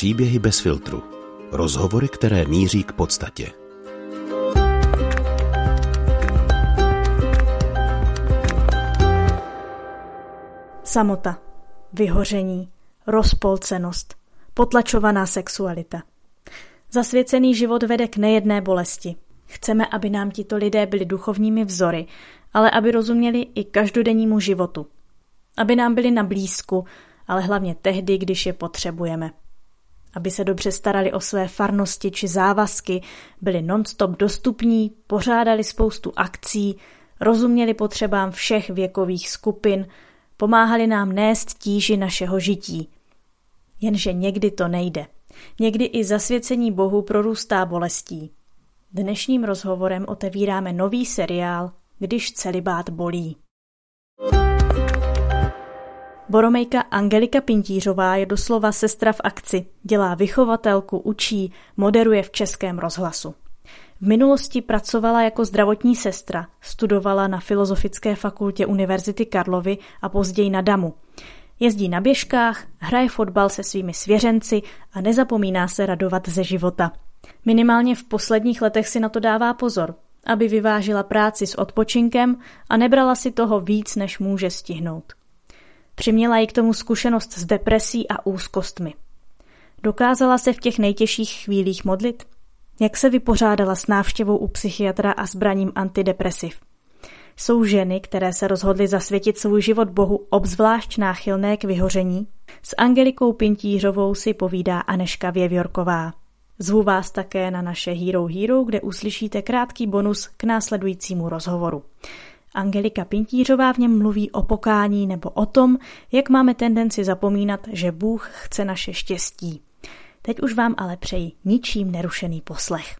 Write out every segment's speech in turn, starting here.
Příběhy bez filtru. Rozhovory, které míří k podstatě. Samota, vyhoření, rozpolcenost, potlačovaná sexualita. Zasvěcený život vede k nejedné bolesti. Chceme, aby nám tito lidé byli duchovními vzory, ale aby rozuměli i každodennímu životu. Aby nám byli na blízku, ale hlavně tehdy, když je potřebujeme. Aby se dobře starali o své farnosti či závazky, byli non-stop dostupní, pořádali spoustu akcí, rozuměli potřebám všech věkových skupin, pomáhali nám nést tíži našeho žití. Jenže někdy to nejde. Někdy i zasvěcení Bohu prorůstá bolestí. Dnešním rozhovorem otevíráme nový seriál Když celibát bolí. Boromejka Angelika Pintířová je doslova sestra v akci, dělá vychovatelku, učí, moderuje v Českém rozhlasu. V minulosti pracovala jako zdravotní sestra, studovala na Filozofické fakultě Univerzity Karlovy a později na DAMu. Jezdí na běžkách, hraje fotbal se svými svěřenci a nezapomíná se radovat ze života. Minimálně v posledních letech si na to dává pozor, aby vyvážila práci s odpočinkem a nebrala si toho víc, než může stihnout. Přiměla jí k tomu zkušenost s depresí a úzkostmi. Dokázala se v těch nejtěžších chvílích modlit? Jak se vypořádala s návštěvou u psychiatra a s braním antidepresiv? Jsou ženy, které se rozhodly zasvětit svůj život Bohu, obzvlášť náchylné k vyhoření? S Angelikou Pintířovou si povídá Anežka Věvjorková. Zvu vás také na naše Hero Hero, kde uslyšíte krátký bonus k následujícímu rozhovoru. Angelika Pintířová v něm mluví o pokání nebo o tom, jak máme tendenci zapomínat, že Bůh chce naše štěstí. Teď už vám ale přeji ničím nerušený poslech.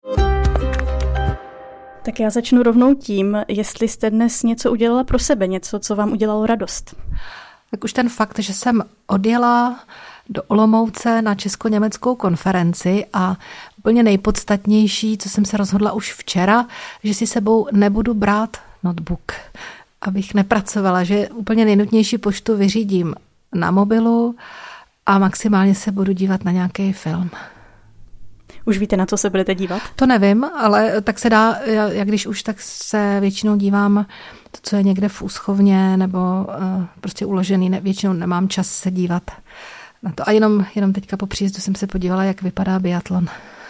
Tak já začnu rovnou tím, jestli jste dnes něco udělala pro sebe, něco, co vám udělalo radost. Tak už ten fakt, že jsem odjela do Olomouce na česko-německou konferenci a úplně nejpodstatnější, co jsem se rozhodla už včera, že si sebou nebudu brát notebook, abych nepracovala, že úplně nejnutnější poštu vyřídím na mobilu a maximálně se budu dívat na nějaký film. Už víte, na co se budete dívat? To nevím, ale tak se dá, jak když už, tak se většinou dívám to, co je někde v úschovně nebo prostě uložený, většinou nemám čas se dívat na to. A jenom teďka po příjezdu jsem se podívala, jak vypadá biatlon.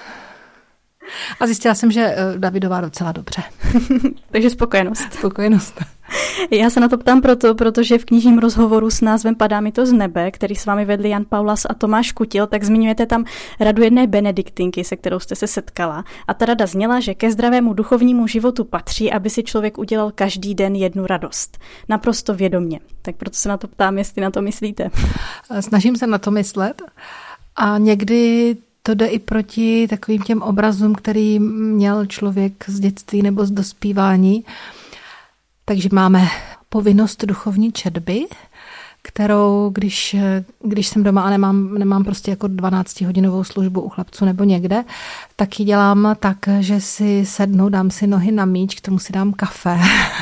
A zjistila jsem, že Davidová docela dobře. Takže spokojenost. Spokojenost. Já se na to ptám protože v knižním rozhovoru s názvem Padá mi to z nebe, který s vámi vedli Jan Paulas a Tomáš Kutil, tak zmiňujete tam radu jedné benediktinky, se kterou jste se setkala. A ta rada zněla, že ke zdravému duchovnímu životu patří, aby si člověk udělal každý den jednu radost. Naprosto vědomě. Tak proto se na to ptám, jestli na to myslíte. Snažím se na to myslet a někdy to jde i proti takovým těm obrazům, který měl člověk z dětství nebo z dospívání. Takže máme povinnost duchovní četby, kterou, když jsem doma a nemám prostě jako 12hodinovou službu u chlapců nebo někde, tak ji dělám tak, že si sednu, dám si nohy na míč, k tomu si dám kafe.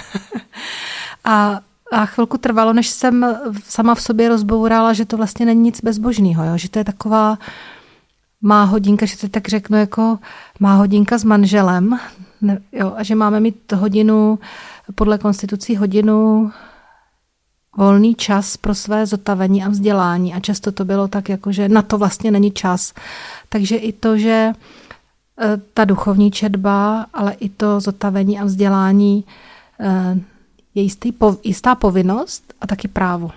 A chvilku trvalo, než jsem sama v sobě rozbourala, že to vlastně není nic bezbožného, jo? Že to je taková má hodinka, že to tak řeknu, jako má hodinka s manželem, jo? A že máme mít hodinu, podle konstitucí hodinu volný čas pro své zotavení a vzdělání. A často to bylo tak, jako že na to vlastně není čas. Takže i to, že ta duchovní četba, ale i to zotavení a vzdělání je jistá povinnost a taky právo.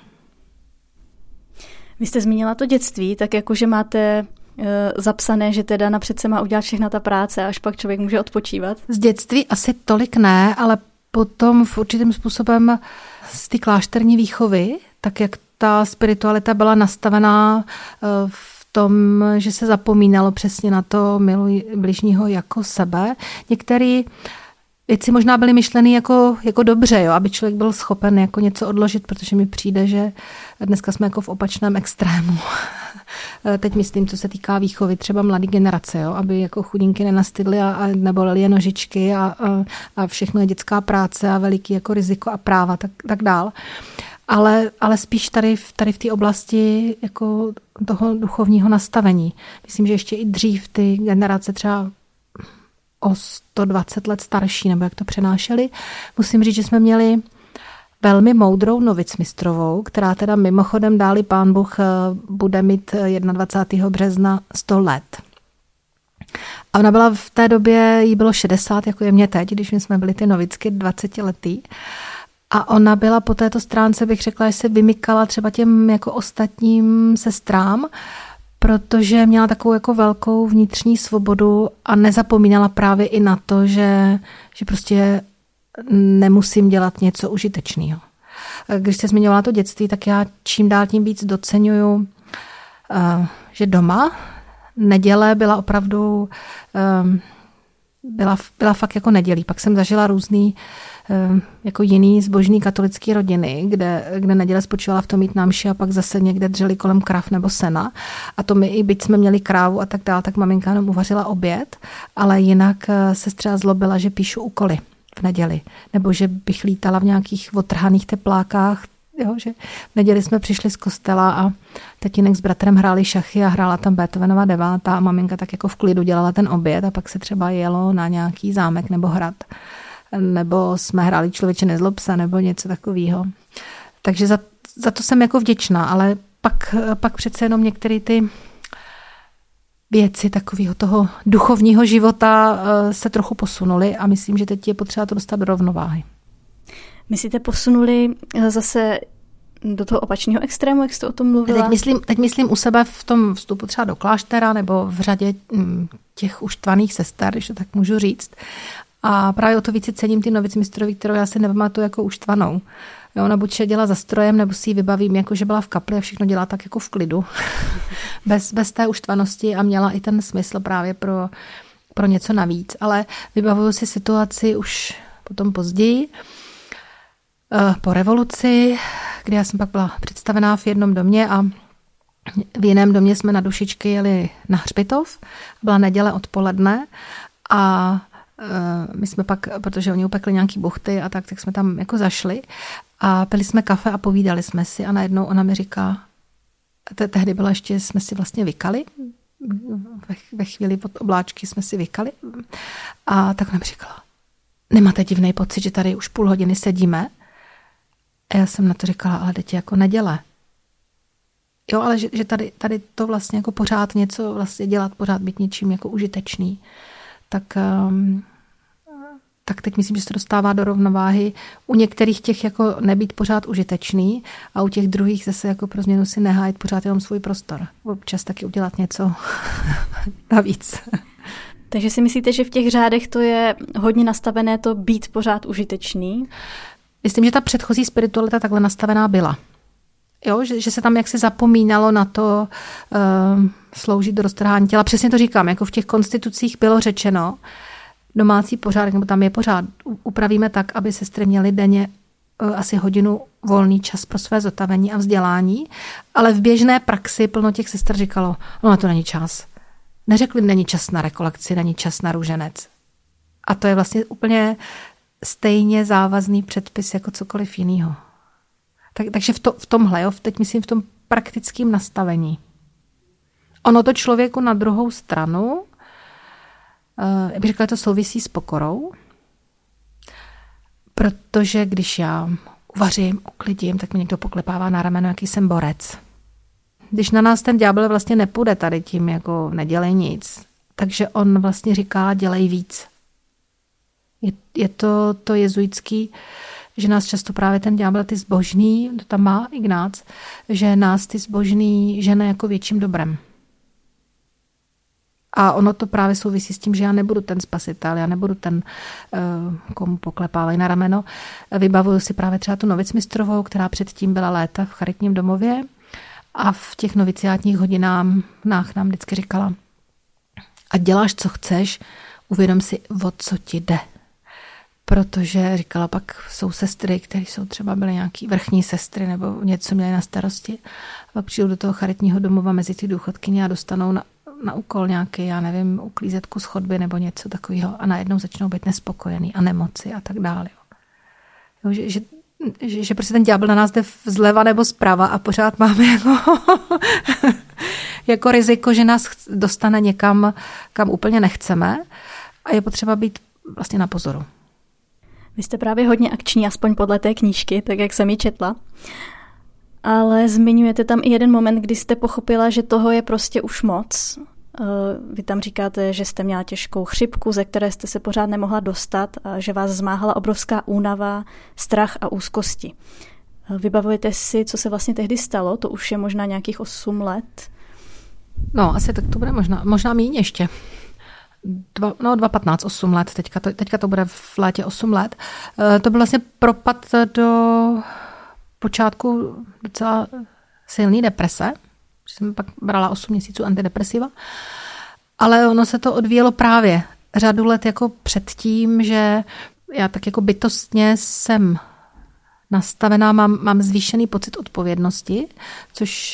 Vy jste zmínila to dětství, tak jakože máte zapsané, že teda napřed se má udělat všechna ta práce, až pak člověk může odpočívat? Z dětství asi tolik ne, ale potom v určitým způsobem z té klášterní výchovy, tak jak ta spiritualita byla nastavená v tom, že se zapomínalo přesně na to miluj bližního jako sebe. Některé věci možná byly myšleny jako dobře, jo, aby člověk byl schopen jako něco odložit, protože mi přijde, že dneska jsme jako v opačném extrému. Teď myslím, co se týká výchovy třeba mladé generace, jo, aby jako chudinky nenastydly a nebolely je nožičky a všechno je dětská práce a veliký jako riziko a práva, tak dál. ale spíš tady v té oblasti jako toho duchovního nastavení. Myslím, že ještě i dřív ty generace třeba o 120 let starší, nebo jak to přenášeli. Musím říct, že jsme měli velmi moudrou novicmistrovou, která teda mimochodem dáli Pán Bůh bude mít 21. března 100 let. A ona byla v té době, jí bylo 60, jako je mě teď, když my jsme byli ty novicky 20 letý. A ona byla po této stránce, bych řekla, že se vymykala třeba těm jako ostatním sestrám, protože měla takovou jako velkou vnitřní svobodu a nezapomínala právě i na to, že prostě nemusím dělat něco užitečného. Když jste zmiňovala to dětství, tak já čím dál tím víc doceňuju, že doma neděle byla opravdu, byla fakt jako nedělí. Pak jsem zažila různý jako jiný zbožný katolický rodiny, kde neděle spočívala v tom jít na mši a pak zase někde dřeli kolem krav nebo sena. A to my, i byť jsme měli krávu a tak dál, tak maminka jenom uvařila oběd, ale jinak se třeba zlobila, že píšu úkoly v neděli. Nebo že bych lítala v nějakých otrhaných teplákách. Jo, že v neděli jsme přišli z kostela a tatínek s bratrem hráli šachy a hrála tam Beethovenova 9. a maminka tak jako v klidu dělala ten oběd a pak se třeba jelo na nějaký zámek nebo hrad. Nebo jsme hráli Člověče nezlob se nebo něco takového. Takže za to jsem jako vděčná, ale pak přece jenom některé ty věci takového toho duchovního života se trochu posunuly a myslím, že teď je potřeba to dostat do rovnováhy. Myslíte posunuli zase do toho opačného extrému, jak jste o tom mluvila? Teď myslím u sebe v tom vstupu třeba do kláštera nebo v řadě těch uštvaných sester, když to tak můžu říct. A právě o to více cením ty novicmistrovy, kterou já si nepamatuju jako uštvanou. Jo, ona buď šedila za strojem, nebo si ji vybavím, jako že byla v kapli a všechno dělá tak jako v klidu. bez té uštvanosti a měla i ten smysl právě pro něco navíc. Ale vybavuju si situaci už potom později, po revoluci, kdy já jsem pak byla představená v jednom domě a v jiném domě jsme na dušičky jeli na hřbitov. Byla neděle odpoledne a my jsme pak, protože oni upekli nějaký buchty a tak jsme tam jako zašli a pili jsme kafe a povídali jsme si a najednou ona mi říká, tehdy byla ještě, jsme si vlastně vykali, ve chvíli pod obláčky jsme si vykali a tak ona mi říkala, nemáte divný pocit, že tady už půl hodiny sedíme? A já jsem na to říkala, ale teď je jako neděle. Jo, ale že tady to vlastně jako pořád něco vlastně dělat, pořád být něčím jako užitečný. Tak teď myslím, že se dostává do rovnováhy u některých těch jako nebýt pořád užitečný a u těch druhých zase jako pro změnu si nehájit pořád jenom svůj prostor. Občas taky udělat něco navíc. Takže si myslíte, že v těch řádech to je hodně nastavené to být pořád užitečný? Myslím, že ta předchozí spiritualita takhle nastavená byla. Jo, že se tam jaksi zapomínalo na to sloužit do roztrhání těla. Přesně to říkám, jako v těch konstitucích bylo řečeno, domácí pořádek, nebo tam je pořád, upravíme tak, aby sestry měly denně asi hodinu volný čas pro své zotavení a vzdělání, ale v běžné praxi plno těch sester říkalo, no na to není čas. Neřekli, není čas na rekolekci, není čas na růženec. A to je vlastně úplně stejně závazný předpis jako cokoliv jiného. Takže v tomhle, jo, teď myslím v tom praktickém nastavení. Ono to člověku na druhou stranu, já bych řekla, to souvisí s pokorou, protože když já uvařím, uklidím, tak mi někdo poklepává na rameno, jaký jsem borec. Když na nás ten ďábel vlastně nepůjde tady tím, jako nedělej nic, takže on vlastně říká, dělej víc. Je to jezuitský, že nás často právě ten ďábel, ty zbožný, to tam má Ignác, že nás ty zbožný žene jako větším dobrem. A ono to právě souvisí s tím, že já nebudu ten spasitel, já nebudu ten, komu poklepávají na rameno. Vybavuju si právě třeba tu novicmistrovou, která předtím byla léta v charitním domově a v těch noviciátních hodinách nám vždycky říkala, a děláš, co chceš, uvědom si, o co ti jde. Protože říkala, pak jsou sestry, které jsou třeba byly nějaký vrchní sestry nebo něco měly na starosti. A pak přijdou do toho charitního domova mezi ty důchodkyně a dostanou na úkol nějaký, já nevím, uklízet kus chodby nebo něco takového a najednou začnou být nespokojený a nemoci a tak dále. Jo, že prostě ten ďábel na nás jde zleva nebo zprava a pořád máme jako riziko, že nás dostane někam, kam úplně nechceme a je potřeba být vlastně na pozoru. Vy jste právě hodně akční, aspoň podle té knížky, tak jak jsem ji četla. Ale zmiňujete tam i jeden moment, kdy jste pochopila, že toho je prostě už moc. Vy tam říkáte, že jste měla těžkou chřipku, ze které jste se pořád nemohla dostat, a že vás zmáhala obrovská únava, strach a úzkosti. Vybavujete si, co se vlastně tehdy stalo? To už je možná nějakých 8 let. No, asi tak to bude možná míň ještě. 2015, 8 let, teďka to bude v létě 8 let. To byl vlastně propad do počátku docela silný deprese. Jsem pak brala 8 měsíců antidepresiva. Ale ono se to odvíjelo právě řadu let jako předtím, že já tak jako bytostně jsem nastavená, mám zvýšený pocit odpovědnosti, což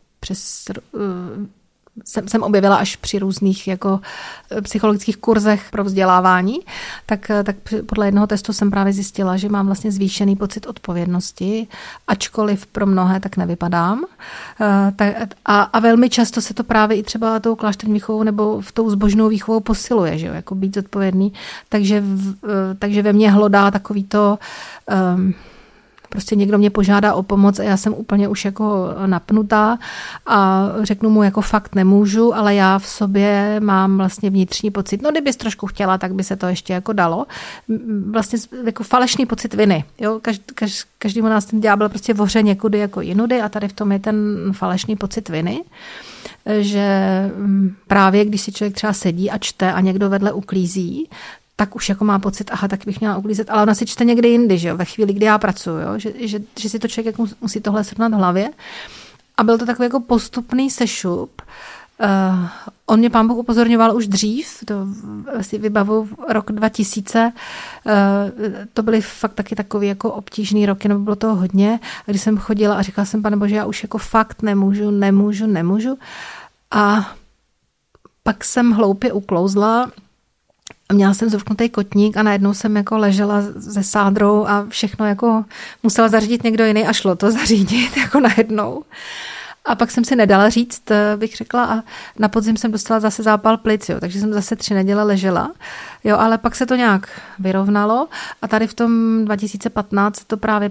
jsem objevila až při různých jako psychologických kurzech pro vzdělávání, tak podle jednoho testu jsem právě zjistila, že mám vlastně zvýšený pocit odpovědnosti, ačkoliv pro mnohé tak nevypadám. A velmi často se to právě i třeba tou klášterní výchovou nebo v tou zbožnou výchovou posiluje, že jo, jako být zodpovědný. Takže ve mně hlodá takový to prostě někdo mě požádá o pomoc a já jsem úplně už jako napnutá a řeknu mu jako fakt nemůžu, ale já v sobě mám vlastně vnitřní pocit, no kdybys trošku chtěla, tak by se to ještě jako dalo. Vlastně jako falešný pocit viny. Jo? Každému nás ten ďábel prostě voře někudy jako jinudy a tady v tom je ten falešný pocit viny, že právě když si člověk třeba sedí a čte a někdo vedle uklízí, tak už jako má pocit, aha, tak bych měla uklízet, ale ona si čte někdy jindy, že jo, ve chvíli, kdy já pracuju, jo? Že si to člověk jako musí tohle srovnat v hlavě. A byl to takový jako postupný sešup. On mě pán Bůh upozorňoval už dřív, to si vybavu rok 2000, to byly fakt taky takový jako obtížný roky, nebo bylo toho hodně, a když jsem chodila a říkala jsem, Pane Bože, já už jako fakt nemůžu. A pak jsem hloupě uklouzla, a měla jsem zovknutý kotník a najednou jsem jako ležela se sádrou a všechno jako musela zařídit někdo jiný a šlo to zařídit jako najednou. A pak jsem si nedala říct, bych řekla, a na podzim jsem dostala zase zápal plic, jo, takže jsem zase 3 neděle ležela. Jo, ale pak se to nějak vyrovnalo a tady v tom 2015 to právě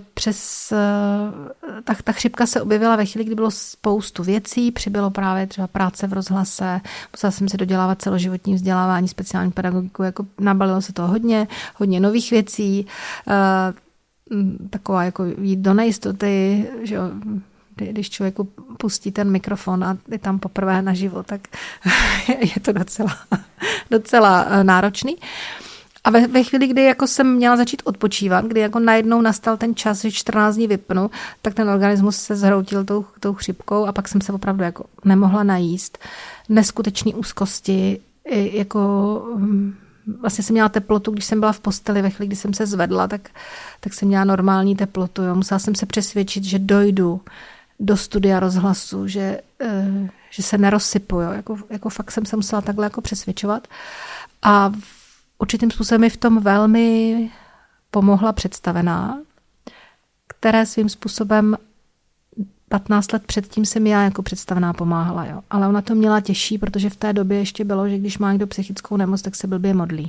ta chřipka se objevila ve chvíli, kdy bylo spoustu věcí, přibylo právě třeba práce v rozhlase, musela jsem si dodělávat celoživotní vzdělávání, speciální pedagogiku, jako nabalilo se to hodně nových věcí, taková jako jít do nejistoty, že jo, když člověku pustí ten mikrofon a je tam poprvé naživo, tak je to docela náročný. A ve chvíli, kdy jako jsem měla začít odpočívat, kdy jako najednou nastal ten čas, že 14 dní vypnu, tak ten organismus se zhroutil tou chřipkou a pak jsem se opravdu jako nemohla najíst. Neskutečný úzkosti, jako vlastně jsem měla teplotu, když jsem byla v posteli, ve chvíli, kdy jsem se zvedla, tak jsem měla normální teplotu. Jo. Musela jsem se přesvědčit, že dojdu do studia rozhlasu, že se nerozsypu. Jo. Jako fakt jsem se musela takhle jako přesvědčovat. A určitým způsobem mi v tom velmi pomohla představená, které svým způsobem 15 let předtím jsem já jako představená pomáhala. Jo. Ale ona to měla těžší, protože v té době ještě bylo, že když má někdo psychickou nemoc, tak se blbě modlí.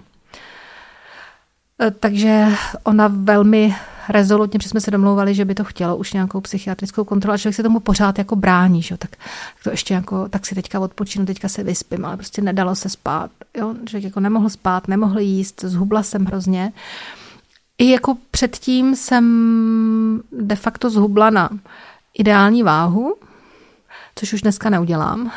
Takže ona velmi rezolutně, protože jsme se domlouvali, že by to chtělo už nějakou psychiatrickou kontrolu, a člověk se tomu pořád jako brání, že? Tak to ještě jako, tak si teďka odpočinu, teďka se vyspím, ale prostě nedalo se spát. Jo? Člověk jako nemohl spát, nemohl jíst, zhubla jsem hrozně. I jako předtím jsem de facto zhubla na ideální váhu, což už dneska neudělám,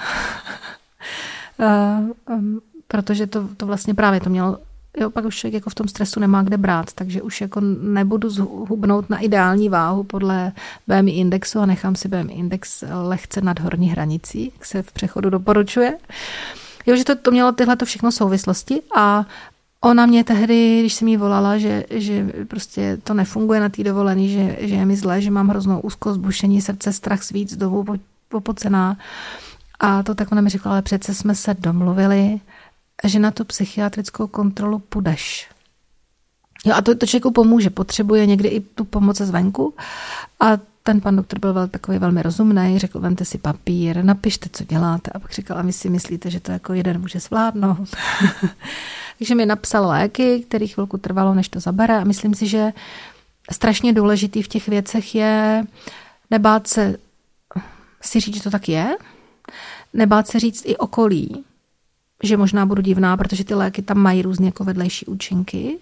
protože to vlastně právě to mělo. Jo, pak už člověk jako v tom stresu nemá kde brát, takže už jako nebudu zhubnout na ideální váhu podle BMI indexu a nechám si BMI index lehce nad horní hranicí, jak se v přechodu doporučuje. Jo, že to mělo tyhleto všechno souvislosti a ona mě tehdy, když jsem jí volala, že prostě to nefunguje na té dovolený, že je mi zlé, že mám hroznou úzkost, bušení srdce, strach z víc, dobu popocená. A to tak ona mi řekla, ale přece jsme se domluvili, že na tu psychiatrickou kontrolu půjdeš. Jo, a to člověku pomůže, potřebuje někdy i tu pomoc zvenku. A ten pan doktor byl takový velmi rozumný, řekl, vemte si papír, napište, co děláte. A pak říkal, a vy si myslíte, že to jako jeden může zvládnout. Takže mi napsal léky, který chvilku trvalo, než to zabere. A myslím si, že strašně důležitý v těch věcech je nebát se si říct, že to tak je, nebát se říct i okolí, že možná budu divná, protože ty léky tam mají různě jako vedlejší účinky.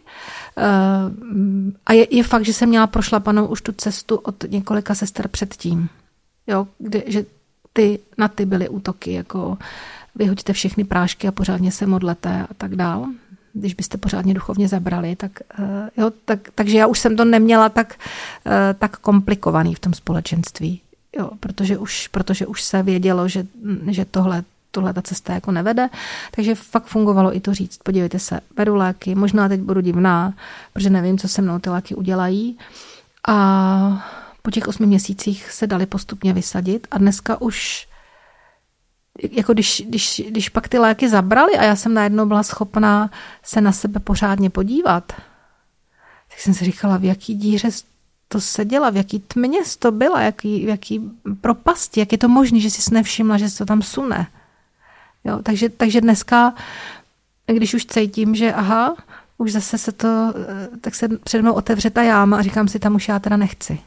A je fakt, že jsem měla prošlapanou už tu cestu od několika sester předtím. Jo, že na ty byly útoky, jako vyhoďte všechny prášky a pořádně se modlete a tak dál. Když byste pořádně duchovně zabrali, takže já už jsem to neměla tak komplikovaný v tom společenství. Jo, protože už se vědělo, že tohle ta cesta jako nevede, takže fakt fungovalo i to říct, podívejte se, beru léky, možná teď budu divná, protože nevím, co se mnou ty léky udělají. A po těch 8 měsících se dali postupně vysadit a dneska už, jako když pak ty léky zabrali a já jsem najednou byla schopná se na sebe pořádně podívat, tak jsem si říkala, v jaký díře to seděla, v jaký tmě to byla, v jaký propasti, jak je to možné, že jsi nevšimla, že se to tam sune. Jo, takže dneska, když už cítím, že už zase se to, tak se před mnou otevře ta jáma a říkám si, tam už já teda nechci.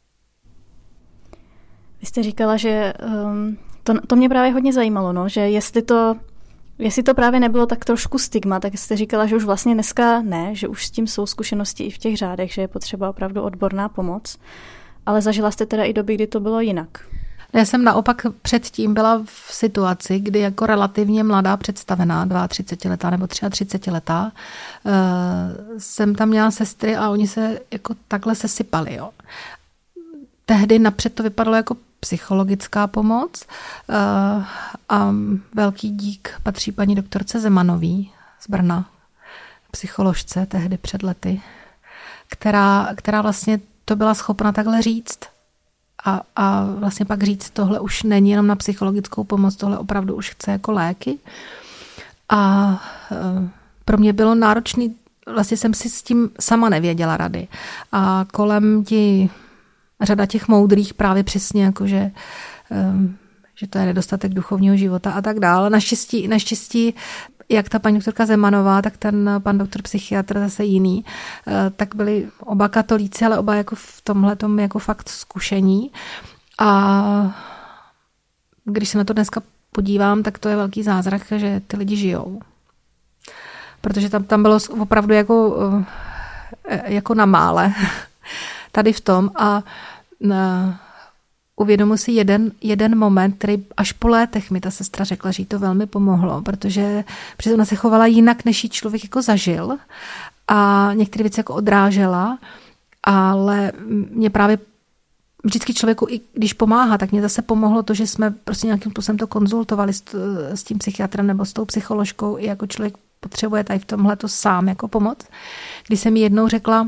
Vy jste říkala, že to mě právě hodně zajímalo, no, že jestli to právě nebylo tak trošku stigma, tak jste říkala, že už vlastně dneska ne, že už s tím jsou zkušenosti i v těch řádech, že je potřeba opravdu odborná pomoc, ale zažila jste teda i doby, kdy to bylo jinak. Já jsem naopak předtím byla v situaci, kdy jako relativně mladá představená, 32letá nebo 33letá, jsem tam měla sestry a oni se jako takhle sesypali. Jo. Tehdy napřed to vypadalo jako psychologická pomoc a velký dík patří paní doktorce Zemanový z Brna, psycholožce tehdy před lety, která vlastně to byla schopna takhle říct. A vlastně pak říct, tohle už není jenom na psychologickou pomoc, tohle opravdu už chce jako léky. A pro mě bylo náročný, vlastně jsem si s tím sama nevěděla rady. A kolem řada těch moudrých právě přesně, jakože, že to je nedostatek duchovního života a tak dále. Naštěstí jak ta paní doktorka Zemanová, tak ten pan doktor psychiatr zase jiný, tak byli oba katolíci, ale oba jako v tomhletom jako fakt zkušení. A když se na to dneska podívám, tak to je velký zázrak, že ty lidi žijou. Protože tam bylo opravdu jako na mále tady v tom a uvědomuji si jeden moment, který až po létech mi ta sestra řekla, že jí to velmi pomohlo, protože ona se chovala jinak, než jí člověk jako zažil a některé věci jako odrážela, ale mě právě vždycky člověku, i když pomáhá, tak mě zase pomohlo to, že jsme prostě nějakým způsobem to konzultovali s tím psychiatrem nebo s tou psycholožkou, i jako člověk potřebuje tady v tomhle to sám jako pomoc. Když jsem jí jednou řekla,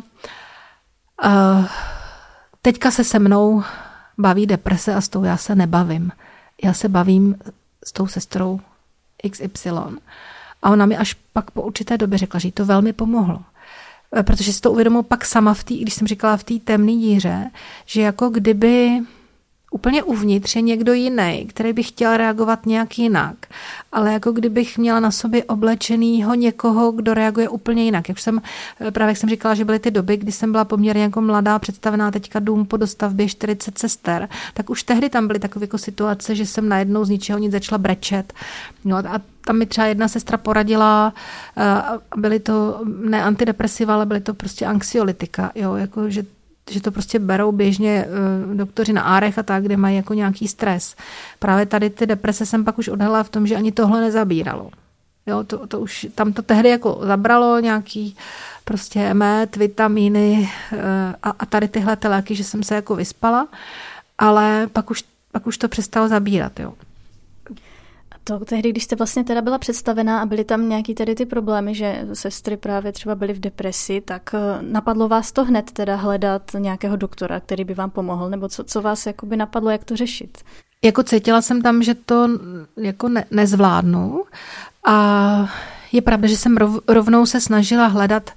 teďka se mnou baví deprese a s tou já se nebavím. Já se bavím s tou sestrou XY. A ona mi až pak po určité době řekla, že jí to velmi pomohlo. Protože si to uvědomila pak sama, když jsem říkala v té temné díře, že jako kdyby úplně uvnitř je někdo jiný, který by chtěl reagovat nějak jinak. Ale jako kdybych měla na sobě oblečenýho někoho, kdo reaguje úplně jinak. Jak jsem říkala, že byly ty doby, kdy jsem byla poměrně jako mladá, představená teďka dům po dostavbě 40 sester, tak už tehdy tam byly takové jako situace, že jsem najednou z ničeho nic začala brečet. No a tam mi třeba jedna sestra poradila, byly to ne antidepresiva, ale byly to prostě anxiolytika, jo, jako že to prostě berou běžně doktoři na Árech a tak, kde mají jako nějaký stres. Právě tady ty deprese jsem pak už odhalila v tom, že ani tohle nezabíralo. Jo, to už tam to tehdy jako zabralo nějaký prostě med, vitamíny a tady tyhle léky, že jsem se jako vyspala, ale pak už to přestalo zabírat, jo. To tehdy, když jste vlastně teda byla představená a byly tam nějaký tady ty problémy, že sestry právě třeba byly v depresi, tak napadlo vás to hned teda hledat nějakého doktora, který by vám pomohl, nebo co vás jakoby napadlo, jak to řešit? Jako cítila jsem tam, že to jako nezvládnu a je pravda, že jsem rovnou se snažila hledat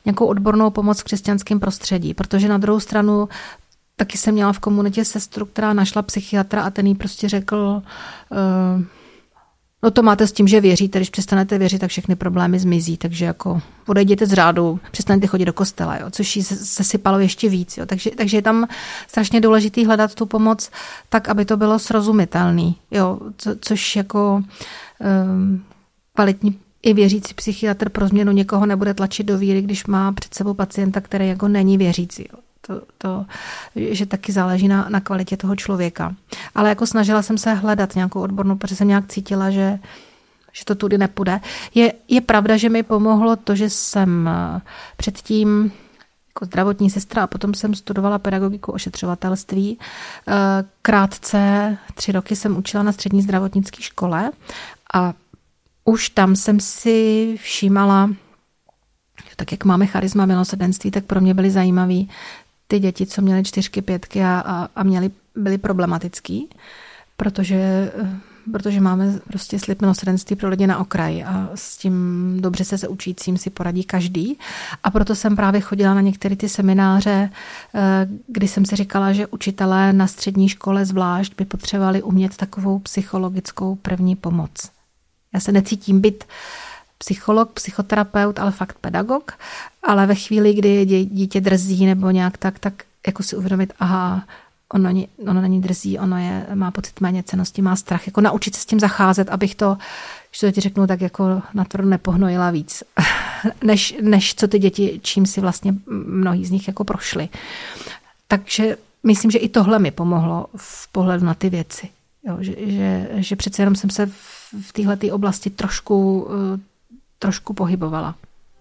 nějakou odbornou pomoc v křesťanském prostředí, protože na druhou stranu taky jsem měla v komunitě sestru, která našla psychiatra a ten jí prostě řekl, no to máte s tím, že věříte, když přestanete věřit, tak všechny problémy zmizí, takže jako odejděte z řádu, přestaňte chodit do kostela, jo, což jí se sypalo ještě víc. Jo. Takže je tam strašně důležitý hledat tu pomoc tak, aby to bylo srozumitelný, jo, což jako kvalitní i věřící psychiatr pro změnu někoho nebude tlačit do víry, když má před sebou pacienta, který jako není věřící. Jo. Že taky záleží na kvalitě toho člověka. Ale jako snažila jsem se hledat nějakou odbornou, protože jsem nějak cítila, že to tudy nepůjde. Je pravda, že mi pomohlo to, že jsem předtím jako zdravotní sestra a potom jsem studovala pedagogiku ošetřovatelství. Krátce 3 roky jsem učila na střední zdravotnické škole a už tam jsem si všímala, tak jak máme charisma milosrdenství, tak pro mě byly zajímavý ty děti, co měly 4, 5 a byly problematický, protože máme prostě slib milosrdenství pro lidi na okraji a s tím dobře se učícím si poradí každý. A proto jsem právě chodila na některé ty semináře, kdy jsem si říkala, že učitelé na střední škole zvlášť by potřebovali umět takovou psychologickou první pomoc. Já se necítím být psycholog, psychoterapeut, ale fakt pedagog, ale ve chvíli, kdy dítě drzí nebo nějak tak jako si uvědomit, aha, ono není drzí, má pocit méněcennosti, má strach, jako naučit se s tím zacházet, abych to, když to ti řeknu, tak jako natvrdo nepohnojila víc, než co ty děti, čím si vlastně mnohí z nich jako prošli. Takže myslím, že i tohle mi pomohlo v pohledu na ty věci. Jo, že přece jenom jsem se v téhleté oblasti trošku pohybovala.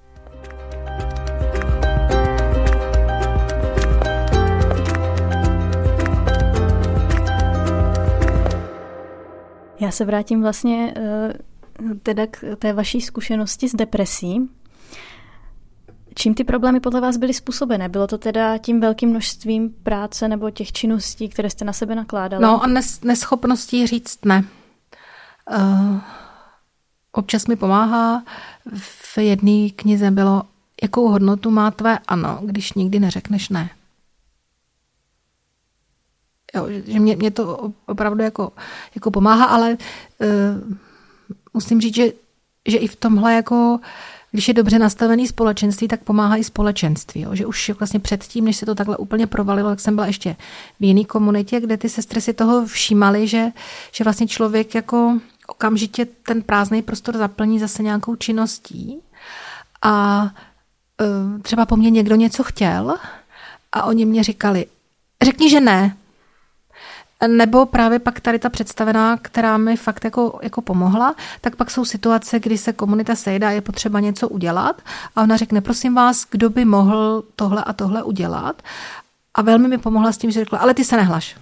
Já se vrátím vlastně teda k té vaší zkušenosti s depresí. Čím ty problémy podle vás byly způsobené? Bylo to teda tím velkým množstvím práce nebo těch činností, které jste na sebe nakládala? No a neschopností říct ne. Občas mi pomáhá. V jedné knize bylo, jakou hodnotu má tvé ano, když nikdy neřekneš ne. Jo, že mě to opravdu jako pomáhá, ale musím říct, že i v tomhle jako když je dobře nastavený společenství, tak pomáhá i společenství. Jo? Že už vlastně předtím, než se to takhle úplně provalilo, tak jsem byla ještě v jiné komunitě, kde ty sestry si toho všímaly, že vlastně člověk jako okamžitě ten prázdný prostor zaplní zase nějakou činností a třeba po mně někdo něco chtěl a oni mě říkali, řekni, že ne. Nebo právě pak tady ta představená, která mi fakt jako pomohla, tak pak jsou situace, kdy se komunita sejde a je potřeba něco udělat a ona řekne, prosím vás, kdo by mohl tohle a tohle udělat. A velmi mi pomohla s tím, že řekla, ale ty se nehlaš.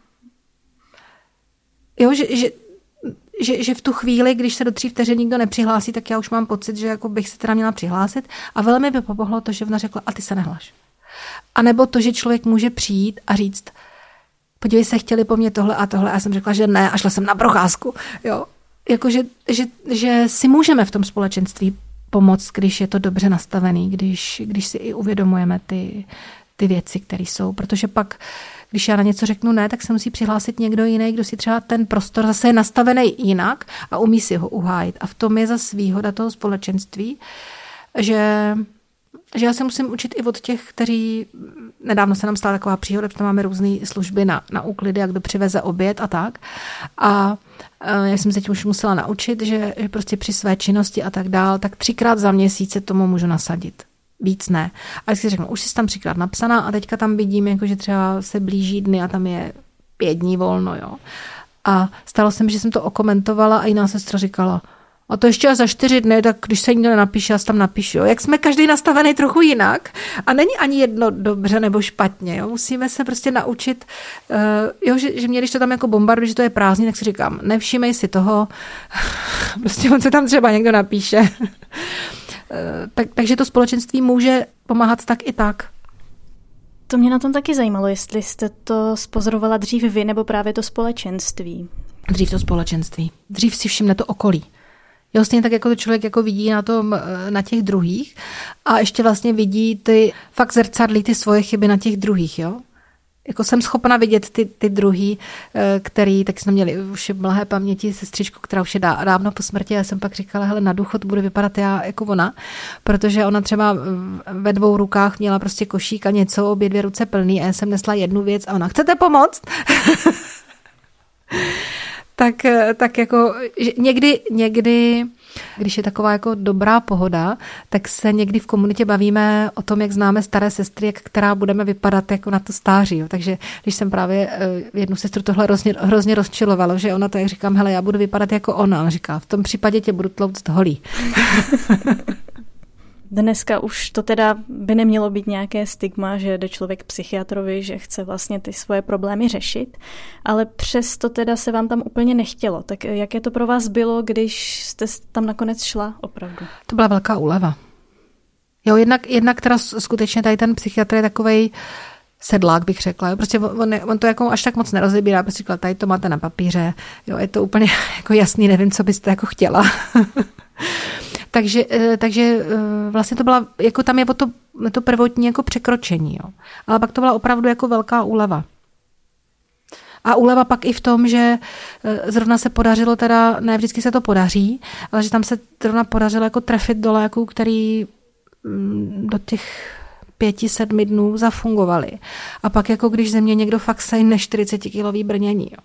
Jo, že v tu chvíli, když se do 3 vteřin nikdo nepřihlásí, tak já už mám pocit, že jako bych se teda měla přihlásit. A velmi by pomohlo to, že ona řekla, a ty se nehlaš. A nebo to, že člověk může přijít a říct, podívej se, chtěli po mně tohle a tohle. A já jsem řekla, že ne a šla jsem na procházku. Jo. Jako, že si můžeme v tom společenství pomoct, když je to dobře nastavený, když si i uvědomujeme ty věci, které jsou. Protože pak, když já na něco řeknu ne, tak se musí přihlásit někdo jiný, kdo si třeba ten prostor zase je nastavený jinak a umí si ho uhájit. A v tom je zase výhoda toho společenství, že já se musím učit i od těch, kteří, nedávno se nám stala taková příhoda, protože tam máme různé služby na úklidy, jak kdo přiveze oběd a tak. A já jsem se tím už musela naučit, že prostě při své činnosti a tak dál, tak 3krát za měsíc se tomu můžu nasadit. Víc ne. A když si řeknu, už jsi tam 3krát napsaná a teďka tam vidím, jako, že třeba se blíží dny a tam je 5 dní volno. Jo. A stalo se mi, že jsem to okomentovala a jiná sestra říkala, a to ještě za 4 dny, tak když se nikdo nenapíše, já si tam napíšu. Jo. Jak jsme každý nastavený trochu jinak a není ani jedno dobře nebo špatně. Jo. Musíme se prostě naučit, že mě, když to tam jako bombarduje, že to je prázdný, tak si říkám, nevšímej si toho, prostě on se tam třeba někdo napíše. Takže to společenství může pomáhat tak i tak. To mě na tom taky zajímalo, jestli jste to spozorovala dřív vy nebo právě to společenství. Dřív to společenství. Dřív si všimne to okolí. Jo, stejně tak jako to člověk jako vidí na těch druhých a ještě vlastně vidí fakt zrcadlí ty svoje chyby na těch druhých, jo. Jako jsem schopna vidět ty druhý, který, tak jsme měli už v blahé paměti sestřičku, která už je dávno po smrti, a já jsem pak říkala, hele, na důchod bude vypadat já jako ona, protože ona třeba ve 2 rukách měla prostě košík a něco, obě 2 ruce plný a já jsem nesla jednu věc a ona, chcete pomoct? tak jako někdy, když je taková jako dobrá pohoda, tak se někdy v komunitě bavíme o tom, jak známe staré sestry, jak která budeme vypadat jako na to stáří. Jo. Takže když jsem právě jednu sestru tohle hrozně rozčilovalo, že ona tak říkám, hele, já budu vypadat jako ona. Ona říká, v tom případě tě budu tlouct holí. Dneska už to teda by nemělo být nějaké stigma, že jde člověk k psychiatrovi, že chce vlastně ty svoje problémy řešit, ale přesto teda se vám tam úplně nechtělo. Tak jaké to pro vás bylo, když jste tam nakonec šla opravdu? To byla velká úleva. Jo, jednak teda skutečně tady ten psychiatr je takovej sedlák, bych řekla. Jo. Prostě on to jako až tak moc nerozebírá, prostě tady to máte na papíře, jo, je to úplně jako jasný, nevím, co byste jako chtěla. Takže vlastně to byla, jako tam je to prvotní jako překročení, jo. Ale pak to byla opravdu jako velká úleva. A úleva pak i v tom, že zrovna se podařilo teda, ne vždycky se to podaří, ale že tam se zrovna podařilo jako trefit do léků, který do těch 5-7 dnů zafungovaly. A pak jako když ze mě někdo fakt sejne 40-kilový brnění, jo.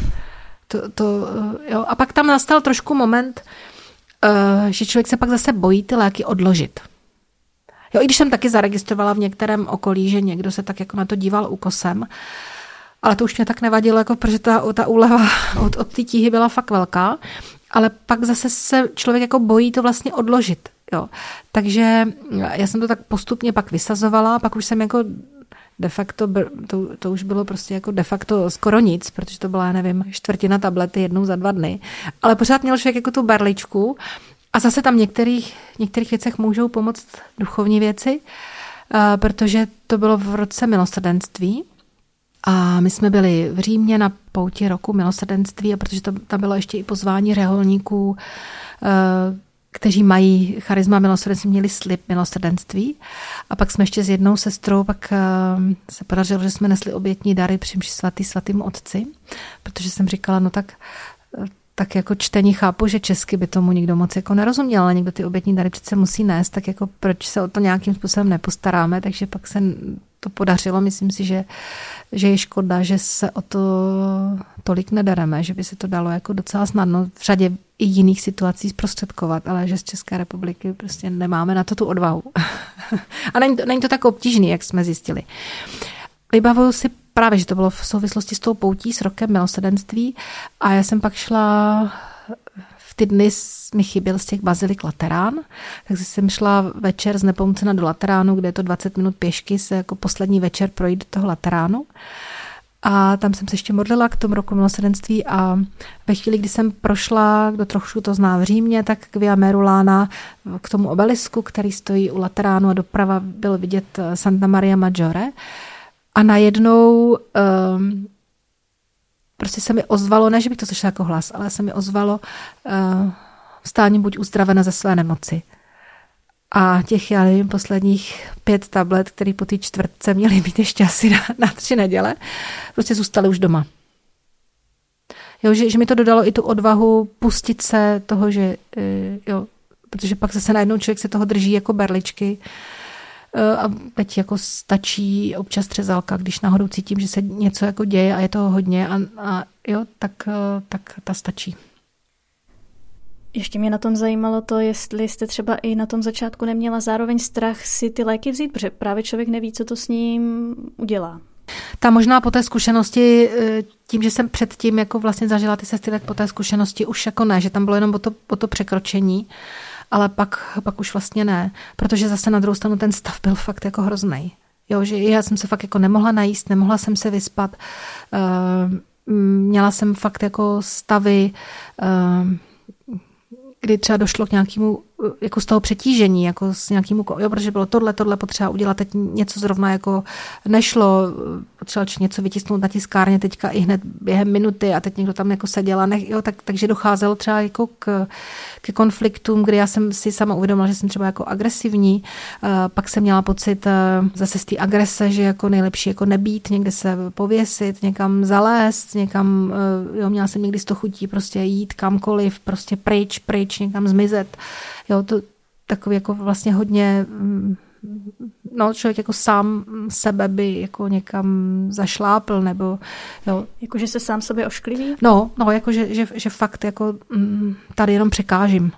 Jo. A pak tam nastal trošku moment, že člověk se pak zase bojí ty léky odložit. Jo, i když jsem taky zaregistrovala v některém okolí, že někdo se tak jako na to díval úkosem, ale to už mě tak nevadilo, jako protože ta úleva od té tíhy byla fakt velká, ale pak zase se člověk jako bojí to vlastně odložit. Jo. Takže já jsem to tak postupně pak vysazovala, pak už jsem jako de facto, to už bylo prostě jako de facto skoro nic, protože to byla, nevím, 1/4 tablety jednou za 2 dny, ale pořád měl člověk jako tu berličku a zase tam některých věcech můžou pomoct duchovní věci, protože to bylo v roce milosrdenství a my jsme byli v Římě na pouti roku milosrdenství a protože tam bylo ještě i pozvání řeholníků, kteří mají charisma milosrdenství, měli slib milosrdenství. A pak jsme ještě s jednou sestrou, pak se podařilo, že jsme nesli obětní dary při mši svatým otci, protože jsem říkala, no tak jako čtení chápu, že česky by tomu nikdo moc jako nerozuměl, ale někdo ty obětní dary přece musí nést, tak jako proč se o to nějakým způsobem nepostaráme, takže pak se to podařilo. Myslím si, že je škoda, že se o to tolik nedareme, že by se to dalo jako docela snadno v řadě i jiných situací zprostředkovat, ale že z České republiky prostě nemáme na to tu odvahu. A není to tak obtížný, jak jsme zjistili. Vybavuju si právě, že to bylo v souvislosti s tou poutí, s rokem milosrdenství a já jsem pak šla v ty dny, mi chyběl z těch bazilik Laterán, takže jsem šla večer z Nepomucena do Lateránu, kde je to 20 minut pěšky, se jako poslední večer projít do toho Lateránu. A tam jsem se ještě modlila k tomu roku milosrdenství a ve chvíli, kdy jsem prošla, kdo trochu to zná v Římě, tak k Via Merulana, k tomu obelisku, který stojí u Lateránu a doprava bylo vidět Santa Maria Maggiore. A najednou prostě se mi ozvalo, ne, že bych to slyšela jako hlas, ale se mi ozvalo vstání, buď uzdravena ze své nemoci. A těch, já nevím, posledních 5 tablet, které po té čtvrtce měly být ještě asi na 3 neděle, prostě zůstaly už doma. Jo, že mi to dodalo i tu odvahu pustit se toho, že jo, protože pak zase najednou člověk se toho drží jako berličky a teď jako stačí občas třezalka, když náhodou cítím, že se něco jako děje a je toho hodně a jo, tak ta stačí. Ještě mě na tom zajímalo to, jestli jste třeba i na tom začátku neměla zároveň strach si ty léky vzít, protože právě člověk neví, co to s ním udělá. Ta možná po té zkušenosti, tím, že jsem předtím jako vlastně zažila ty sestry, tak po té zkušenosti už jako ne, že tam bylo jenom o to překročení, ale pak už vlastně ne, protože zase na druhou stranu ten stav byl fakt jako hroznej. Jo, že já jsem se fakt jako nemohla najíst, nemohla jsem se vyspat, měla jsem fakt jako stavy, kdy třeba došlo k nějakému, jako z toho přetížení, jako s nějakému, jo, protože bylo tohle potřeba udělat, teď něco zrovna jako nešlo, potřeboval něco vytisknout na tiskárně teďka i hned během minuty a teď někdo tam jako seděl a takže docházelo třeba jako ke konfliktům, kdy já jsem si sama uvědomila, že jsem třeba jako agresivní, pak jsem měla pocit zase z té agrese, že jako nejlepší jako nebýt, někde se pověsit, někam zalézt, někam, měla jsem někdy z toho chutí prostě jít kamkoliv, prostě pryč, někam zmizet. Jo, to takový jako vlastně hodně, člověk jako sám sebe by jako někam zašlápl, nebo jo. Jakože se sám sobě oškliví? No, jako že fakt jako tady jenom překážím.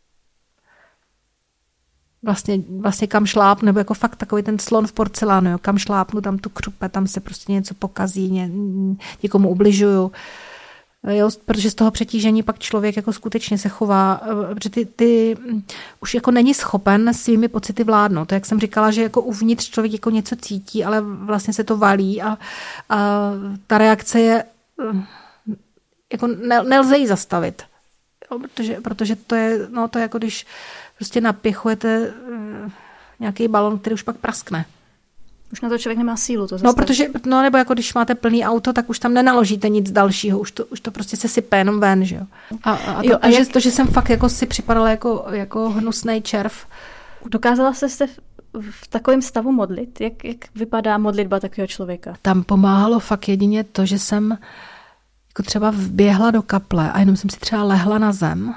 Vlastně kam šlápnu, nebo jako fakt takový ten slon v porcelánu, jo, kam šlápnu, tam tu křupe, tam se prostě něco pokazí, někomu ubližuju. Jo, protože z toho přetížení pak člověk jako skutečně se chová, protože ty už jako není schopen svými pocity vládnout. To, jak jsem říkala, že jako uvnitř člověk jako něco cítí, ale vlastně se to valí a ta reakce je jako nelze ji zastavit. Jo, protože to je jako když prostě napěchujete nějaký balon, který už pak praskne. Už na to člověk nemá sílu to zastavit. Nebo jako když máte plný auto, tak už tam nenaložíte nic dalšího, už to prostě se sype jenom ven, že jo. To, že jsem fakt jako si připadala jako hnusnej červ. Dokázala jste se v takovém stavu modlit? Jak vypadá modlitba takového člověka? Tam pomáhalo fakt jedině to, že jsem jako třeba vběhla do kaple a jenom jsem si třeba lehla na zem.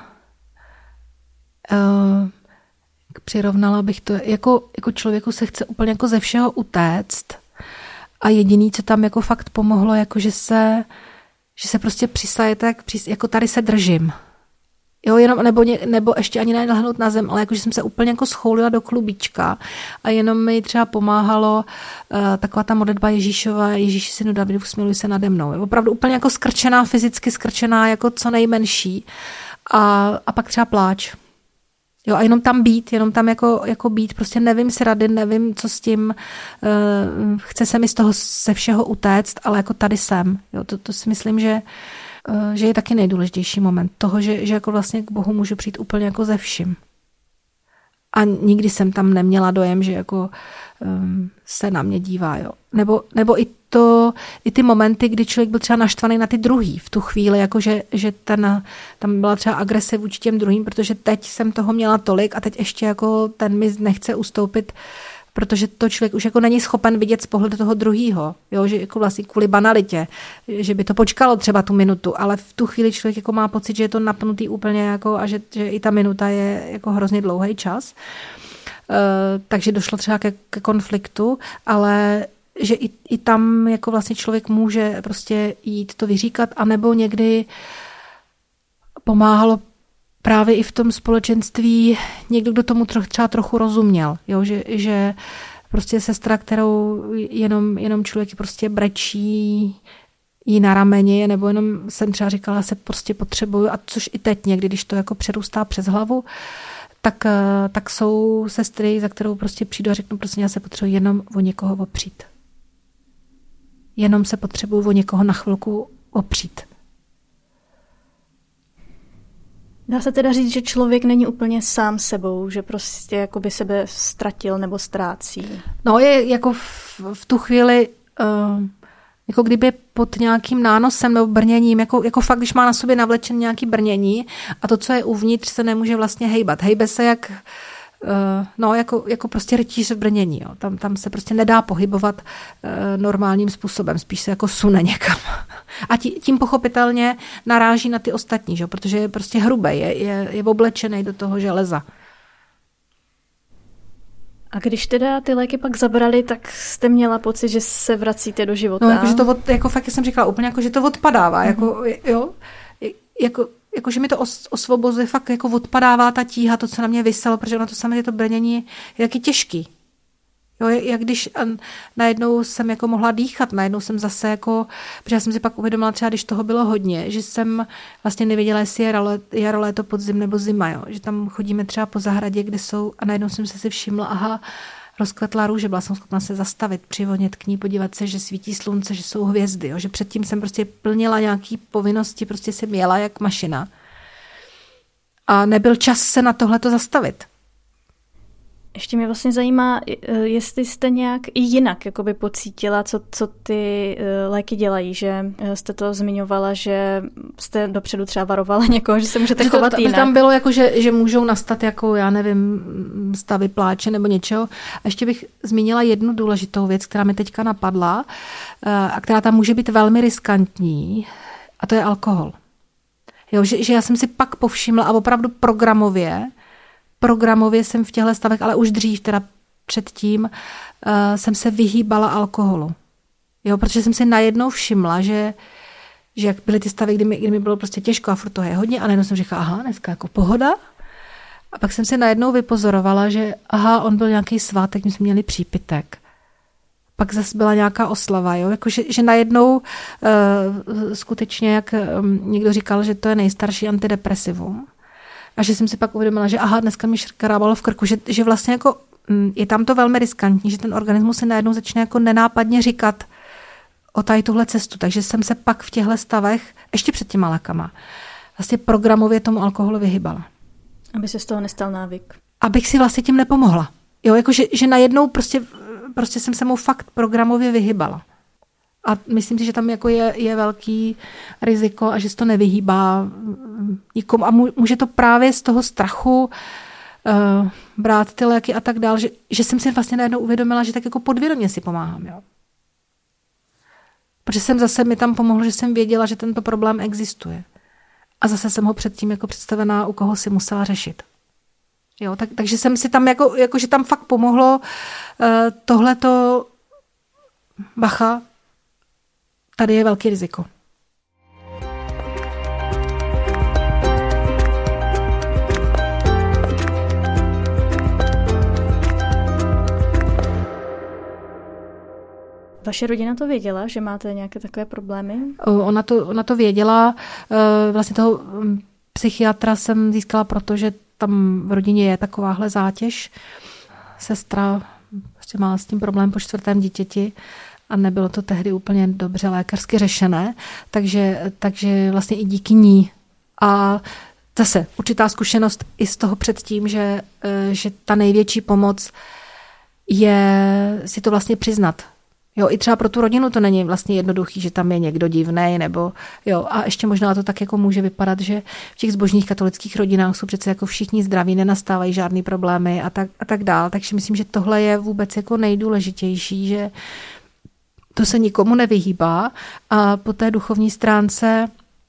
Přirovnala bych to, jako člověku se chce úplně jako ze všeho utéct a jediný, co tam jako fakt pomohlo, jako že se prostě přisajete, jako tady se držím. Jo, jenom, nebo ještě ani nelehnout na zem, ale jako, že jsem se úplně jako schoulila do klubíčka a jenom mi třeba pomáhalo taková ta modlitba Ježíšova, Ježíši synu Davidův, smiluj se nade mnou. Je opravdu úplně jako skrčená, fyzicky skrčená, jako co nejmenší. A pak třeba pláč. Jo, a jenom tam jako být, prostě nevím si rady, nevím, co s tím, chce se mi z toho se všeho utéct, ale jako tady jsem. Jo, to si myslím, že je taky nejdůležitější moment toho, že jako vlastně k Bohu můžu přijít úplně jako ze vším. A nikdy jsem tam neměla dojem, že jako se na mě dívá, jo. Nebo i ty momenty, kdy člověk byl třeba naštvaný na ty druhý v tu chvíli, jako že tam byla třeba agrese vůči těm druhým, protože teď jsem toho měla tolik a teď ještě jako ten mi nechce ustoupit, protože to člověk už jako není schopen vidět z pohledu toho druhýho, jo, že jako vlastně kvůli banalitě, že by to počkalo třeba tu minutu, ale v tu chvíli člověk jako má pocit, že je to napnutý úplně jako a že i ta minuta je jako hrozně dlouhý čas. Takže došlo třeba ke konfliktu, ale že i tam jako vlastně člověk může prostě jít to vyříkat, anebo někdy pomáhalo právě i v tom společenství někdo, kdo tomu třeba trochu rozuměl, jo? Že prostě sestra, kterou jenom člověk prostě brečí jí na rameni, nebo jenom jsem třeba říkala, se prostě potřebuju, a což i teď někdy, když to jako přerůstá přes hlavu, tak jsou sestry, za kterou prostě přijdu a řeknu, prostě já se potřebuji jenom o někoho opřít. Jenom se potřebuju o někoho na chvilku opřít. Dá se teda říct, že člověk není úplně sám sebou, že prostě jakoby sebe ztratil nebo ztrácí. No je jako v tu chvíli, jako kdyby pod nějakým nánosem nebo brněním, jako fakt, když má na sobě navlečen nějaký brnění a to, co je uvnitř, se nemůže vlastně hejbat. Hejbe se jako prostě rytíř v brnění. Jo. Tam se prostě nedá pohybovat normálním způsobem, spíš se jako sune někam. A tím pochopitelně naráží na ty ostatní, že? Protože je prostě hrubý, je oblečený do toho železa. A když teda ty léky pak zabrali, tak jste měla pocit, že se vracíte do života? No, jako fakt jsem říkala, úplně jako, že to odpadává. Jako, že mi to osvobozuje, fakt jako odpadává ta tíha, to, co na mě viselo, protože ono to samé to brnění je taky těžký. Jo, jak když najednou jsem jako mohla dýchat, najednou jsem zase jako, protože já jsem si pak uvědomila třeba, když toho bylo hodně, že jsem vlastně nevěděla, jestli je jaro, léto, podzim nebo zima, jo, že tam chodíme třeba po zahradě, kde jsou, a najednou jsem se si všimla, aha, rozkvetlá růže, byla jsem schopna se zastavit, přivonět k ní, podívat se, že svítí slunce, že jsou hvězdy, jo, že předtím jsem prostě plnila nějaký povinnosti, prostě jsem jela jak mašina. A nebyl čas se na tohleto zastavit. Ještě mě vlastně zajímá, jestli jste nějak i jinak jakoby pocítila, co ty léky dělají, že jste to zmiňovala, že jste dopředu třeba varovala někoho, že se můžete chovat jinak. Tam bylo jako, že můžou nastat jako, já nevím, stavy pláče nebo něčeho. A ještě bych zmínila jednu důležitou věc, která mi teďka napadla a která tam může být velmi riskantní, a to je alkohol. Jo, že já jsem si pak povšimla a opravdu programově jsem v těchto stavech, ale už dřív, teda předtím, jsem se vyhýbala alkoholu. Jo, protože jsem si najednou všimla, že jak byly ty stavy, kdy mi bylo prostě těžko a furt toho je hodně, a najednou jsem říkala, aha, dneska jako pohoda. A pak jsem si najednou vypozorovala, že aha, on byl nějaký svátek, my jsme měli přípitek. Pak zase byla nějaká oslava, jo? Jako, že najednou skutečně, jak někdo říkal, že to je nejstarší antidepresivum. A že jsem si pak uvědomila, že aha, dneska mi škrábalo v krku, že vlastně jako je tam to velmi riskantní, že ten organismus si najednou začne jako nenápadně říkat o tady tuhle cestu. Takže jsem se pak v těchto stavech, ještě před těma lékama, vlastně programově tomu alkoholu vyhybala. Aby se z toho nestal návyk. Abych si vlastně tím nepomohla. Jo, jako že najednou prostě jsem se mu fakt programově vyhybala. A myslím si, že tam jako je velký riziko a že se to nevyhýbá nikomu. A může to právě z toho strachu brát ty léky a tak dál, že jsem si vlastně najednou uvědomila, že tak jako podvědomě si pomáhám. Jo. Protože zase mi tam pomohlo, že jsem věděla, že tento problém existuje. A zase jsem ho předtím jako představená, u koho si musela řešit. Jo, takže jsem si tam jako že tam fakt pomohlo tohleto bacha, tady je velký riziko. Vaše rodina to věděla, že máte nějaké takové problémy? Ona to věděla. Vlastně toho psychiatra jsem získala, protože tam v rodině je takováhle zátěž. Sestra prostě má s tím problém po 4. dítěti a nebylo to tehdy úplně dobře lékařsky řešené, takže vlastně i díky ní. A zase určitá zkušenost i z toho předtím, že ta největší pomoc je si to vlastně přiznat. Jo, i třeba pro tu rodinu to není vlastně jednoduchý, že tam je někdo divnej, nebo jo, a ještě možná to tak jako může vypadat, že v těch zbožných katolických rodinách jsou přece jako všichni zdraví, nenastávají žádný problémy a tak dál. Takže myslím, že tohle je vůbec jako nejdůležitější, že to se nikomu nevyhýbá a po té duchovní stránce,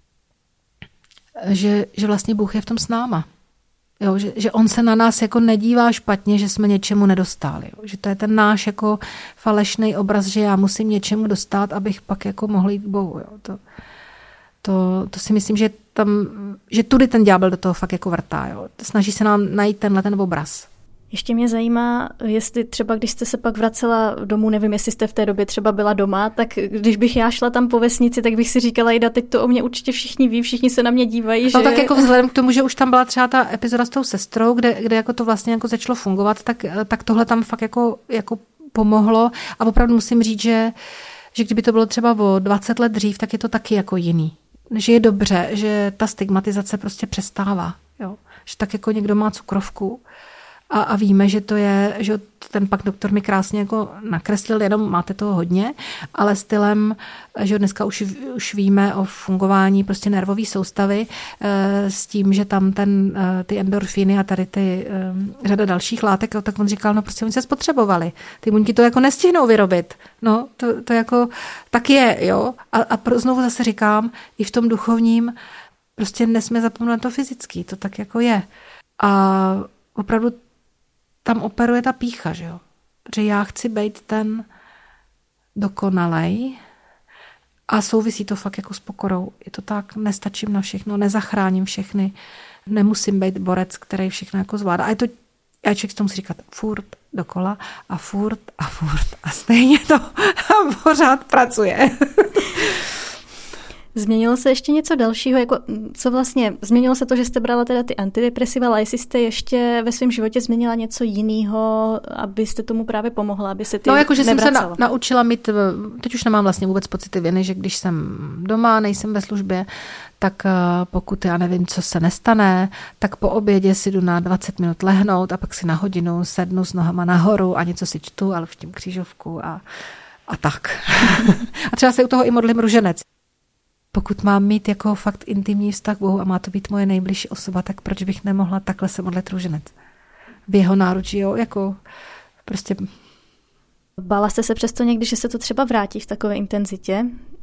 že vlastně Bůh je v tom s náma. Jo, že on se na nás jako nedívá špatně, že jsme něčemu nedostali. Jo. Že to je ten náš jako falešný obraz, že já musím něčemu dostat, abych pak jako mohl jít k Bohu. Jo. To si myslím, že tudy ten ďábel do toho fakt jako vrtá. Jo. Snaží se nám najít ten obraz. Ještě mě zajímá, jestli třeba, když jste se pak vracela domů, nevím, jestli jste v té době třeba byla doma, tak když bych já šla tam po vesnici, tak bych si říkala, Jda, teď to o mě určitě všichni ví, všichni se na mě dívají. No tak jako vzhledem k tomu, že už tam byla třeba ta epizoda s tou sestrou, kde jako to vlastně jako začalo fungovat, tak tohle tam fakt jako pomohlo a opravdu musím říct, že kdyby to bylo třeba o 20 let dřív, tak je to taky jako jiný. Že je dobře, že ta stigmatizace prostě přestává. Jo? Že tak jako někdo má cukrovku, a víme, že to je, že ten pak doktor mi krásně jako nakreslil, jenom máte toho hodně, ale stylem, že dneska už víme o fungování prostě nervové soustavy s tím, že tam ty endorfiny a tady ty řada dalších látek, tak on říkal, no prostě oni se spotřebovali. Ty buňky to jako nestihnou vyrobit. No, to jako tak je, jo. A znovu zase říkám, i v tom duchovním prostě nesmíme zapomenout na to fyzický, to tak jako je. A opravdu tam operuje ta pýcha, že jo. Protože já chci být ten dokonalej a souvisí to fakt jako s pokorou. Je to tak, nestačím na všechno, nezachráním všechny, nemusím být borec, který všechno jako zvládá. A člověk tomu si říkat furt dokola a furt a stejně to pořád pracuje. Změnilo se ještě něco dalšího, jako co vlastně, změnilo se to, že jste brala teda ty antidepresiva, ale jestli jste ještě ve svém životě změnila něco jiného, abyste tomu právě pomohla, aby se ty No, jakože jsem se naučila mít, teď už nemám vlastně vůbec pocity viny, že když jsem doma, nejsem ve službě, tak pokud já nevím, co se nestane, tak po obědě si jdu na 20 minut lehnout a pak si na hodinu sednu s nohama nahoru a něco si čtu, ale v tím křížovku a tak. A třeba se u toho i modlím ruženec. Pokud mám mít jako fakt intimní vztah k Bohu a má to být moje nejbližší osoba, tak proč bych nemohla takhle se modlit ruženec? V jeho náručí, jo, jako prostě. Bála jste se přesto někdy, že se to třeba vrátí v takové intenzitě?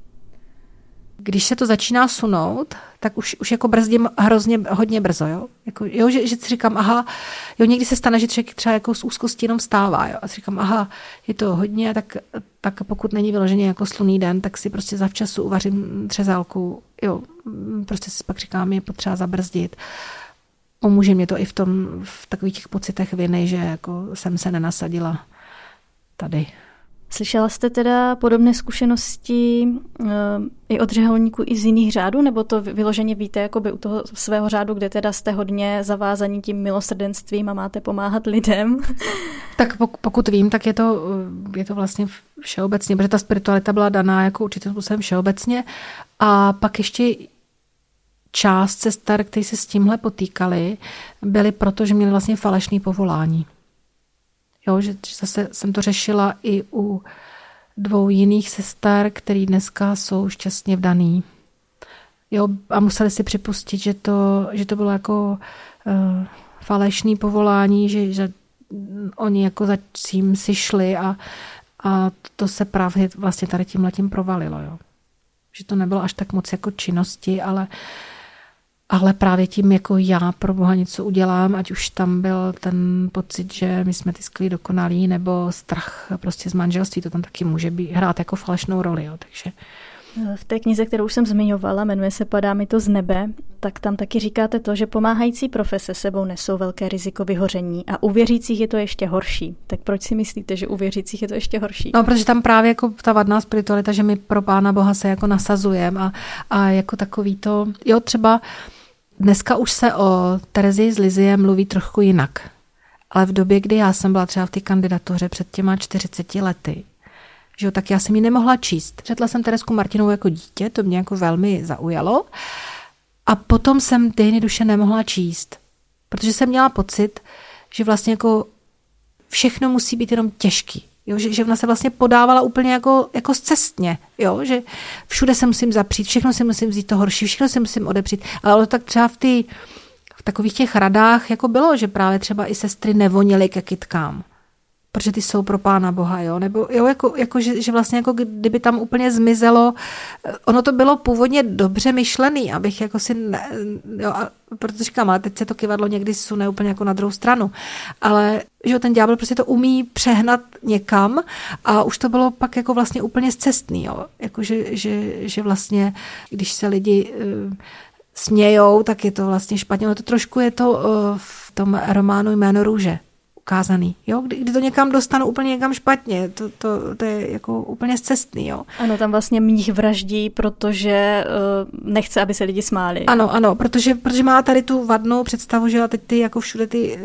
Když se to začíná sunout, tak už jako brzdím hodně brzo, jo. Jako, jo, že si říkám, aha, jo, někdy se stane, že člověk třeba jako z úzkostí jenom vstává, jo. A si říkám, aha, je to hodně, tak pokud není vyloženě jako slunný den, tak si prostě zavčasu uvařím třezálku, jo. Prostě si pak říkám, je potřeba zabrzdit. Pomůže mě to i v takových těch pocitech viny, že jako jsem se nenasadila tady. Slyšela jste teda podobné zkušenosti i od řeholníků i z jiných řádů, nebo to vyloženě víte jakoby u toho svého řádu, kde teda jste hodně zavázaní tím milosrdenstvím a máte pomáhat lidem? Tak pokud vím, tak je to vlastně všeobecně, protože ta spiritualita byla daná jako určitým způsobem všeobecně. A pak ještě část sester, kteří se s tímhle potýkali, byli proto, že měli vlastně falešné povolání. Jo, že zase jsem to řešila i u 2 jiných sester, který dneska jsou šťastně vdaný. Jo, a museli si připustit, že to bylo jako falešné povolání, že oni jako za tím si šli a to se právě vlastně tady tímhletím provalilo. Jo. Že to nebylo až tak moc jako činnosti, ale právě tím, jako já pro Boha něco udělám, ať už tam byl ten pocit, že my jsme ty skvělí dokonalí, nebo strach prostě z manželství, to tam taky může hrát jako falešnou roli. Jo, takže. V té knize, kterou jsem zmiňovala, jmenuje se Padá mi to z nebe, tak tam taky říkáte to, že pomáhající profese sebou nesou velké riziko vyhoření a u věřících je to ještě horší. Tak proč si myslíte, že u věřících je to ještě horší? No, protože tam právě jako ta vadná spiritualita, že my pro Pána Boha se jako nasazujeme a jako takový to, jo, třeba dneska už se o Terezii z Lizie mluví trochu jinak. Ale v době, kdy já jsem byla třeba v té kandidatuře před těma 40 lety, že jo, tak já jsem ji nemohla číst. Četla jsem Terezku Martinovou jako dítě, to mě jako velmi zaujalo. A potom jsem Dějiny duše nemohla číst. Protože jsem měla pocit, že vlastně jako všechno musí být jenom těžký. Jo, že ona se vlastně podávala úplně jako zcestně, jo, že všude se musím zapřít, všechno si musím vzít to horší, všechno si musím odepřít. Ale tak třeba v takových těch radách jako bylo, že právě třeba i sestry nevonily ke kytkám, protože ty jsou pro Pána Boha, jo, nebo jo, že vlastně jako kdyby tam úplně zmizelo, ono to bylo původně dobře myšlený, abych jako si, jo, protože říkám, ale teď se to kyvadlo někdy sune úplně jako na druhou stranu, ale že ten ďábel prostě to umí přehnat někam a už to bylo pak jako vlastně úplně scestný, jo, jako že vlastně, když se lidi smějou, tak je to vlastně špatně, no to trošku je to v tom románu Jméno růže ukázaný, jo? Kdy to někam dostanu úplně někam špatně, to je jako úplně scestný, jo. Ano, tam vlastně mních vraždí, protože nechce, aby se lidi smáli. Ano, protože má tady tu vadnou představu, že teď ty jako všude ty